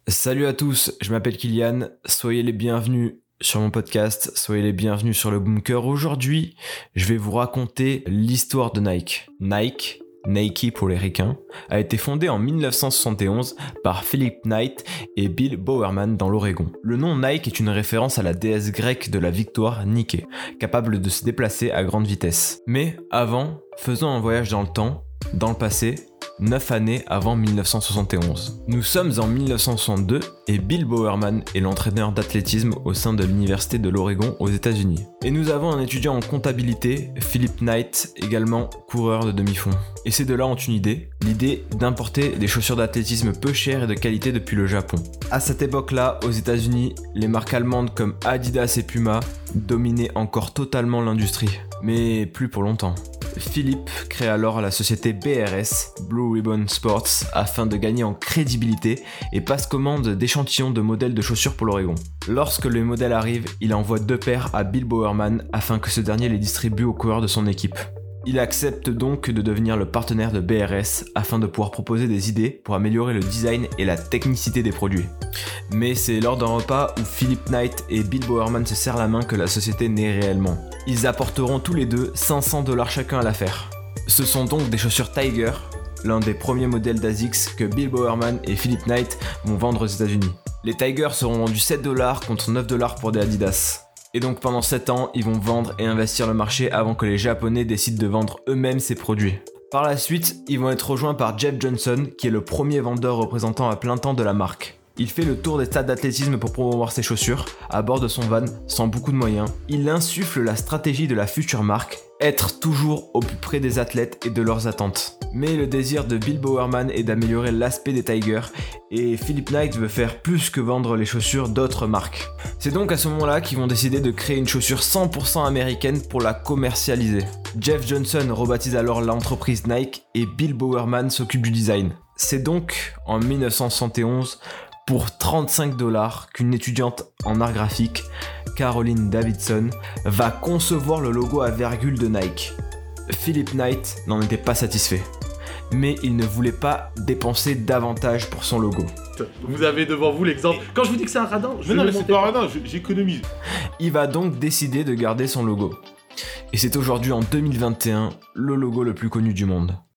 Salut à tous, je m'appelle Kylian, soyez les bienvenus sur mon podcast, soyez les bienvenus sur le Bunker. Aujourd'hui, je vais vous raconter l'histoire de Nike. Nike pour les ricains, a été fondé en 1971 par Philip Knight et Bill Bowerman dans l'Oregon. Le nom Nike est une référence à la déesse grecque de la victoire Nike, capable de se déplacer à grande vitesse. Mais avant, faisons un voyage dans le temps, dans le passé, 9 années avant 1971. Nous sommes en 1962 et Bill Bowerman est l'entraîneur d'athlétisme au sein de l'université de l'Oregon aux États-Unis. Et nous avons un étudiant en comptabilité, Philip Knight, également coureur de demi-fond. Et ces deux-là ont une idée, l'idée d'importer des chaussures d'athlétisme peu chères et de qualité depuis le Japon. À cette époque-là, aux États-Unis, les marques allemandes comme Adidas et Puma dominaient encore totalement l'industrie. Mais plus pour longtemps. Philippe crée alors la société BRS, Blue Ribbon Sports, afin de gagner en crédibilité et passe commande d'échantillons de modèles de chaussures pour l'Oregon. Lorsque le modèle arrive, il envoie 2 paires à Bill Bowerman afin que ce dernier les distribue aux coureurs de son équipe. Il accepte donc de devenir le partenaire de BRS afin de pouvoir proposer des idées pour améliorer le design et la technicité des produits. Mais c'est lors d'un repas où Philip Knight et Bill Bowerman se serrent la main que la société naît réellement. Ils apporteront tous les deux $500 chacun à l'affaire. Ce sont donc des chaussures Tiger, l'un des premiers modèles d'Asics que Bill Bowerman et Philip Knight vont vendre aux États-Unis. Les Tiger seront vendus $7 contre $9 pour des Adidas. Et donc pendant 7 ans, ils vont vendre et investir le marché avant que les Japonais décident de vendre eux-mêmes ces produits. Par la suite, ils vont être rejoints par Jeff Johnson, qui est le premier vendeur représentant à plein temps de la marque. Il fait le tour des stades d'athlétisme pour promouvoir ses chaussures, à bord de son van, sans beaucoup de moyens. Il insuffle la stratégie de la future marque, être toujours au plus près des athlètes et de leurs attentes. Mais le désir de Bill Bowerman est d'améliorer l'aspect des Tigers, et Philip Knight veut faire plus que vendre les chaussures d'autres marques. C'est donc à ce moment-là qu'ils vont décider de créer une chaussure 100% américaine pour la commercialiser. Jeff Johnson rebaptise alors l'entreprise Nike et Bill Bowerman s'occupe du design. C'est donc en 1971 pour $35 qu'une étudiante en art graphique, Caroline Davidson, va concevoir le logo à virgule de Nike. Philip Knight n'en était pas satisfait, mais il ne voulait pas dépenser davantage pour son logo. Vous avez devant vous l'exemple. Quand je vous dis que c'est un radin, non, mais c'est pas un radin, j'économise. Il va donc décider de garder son logo. Et c'est aujourd'hui en 2021 le logo le plus connu du monde.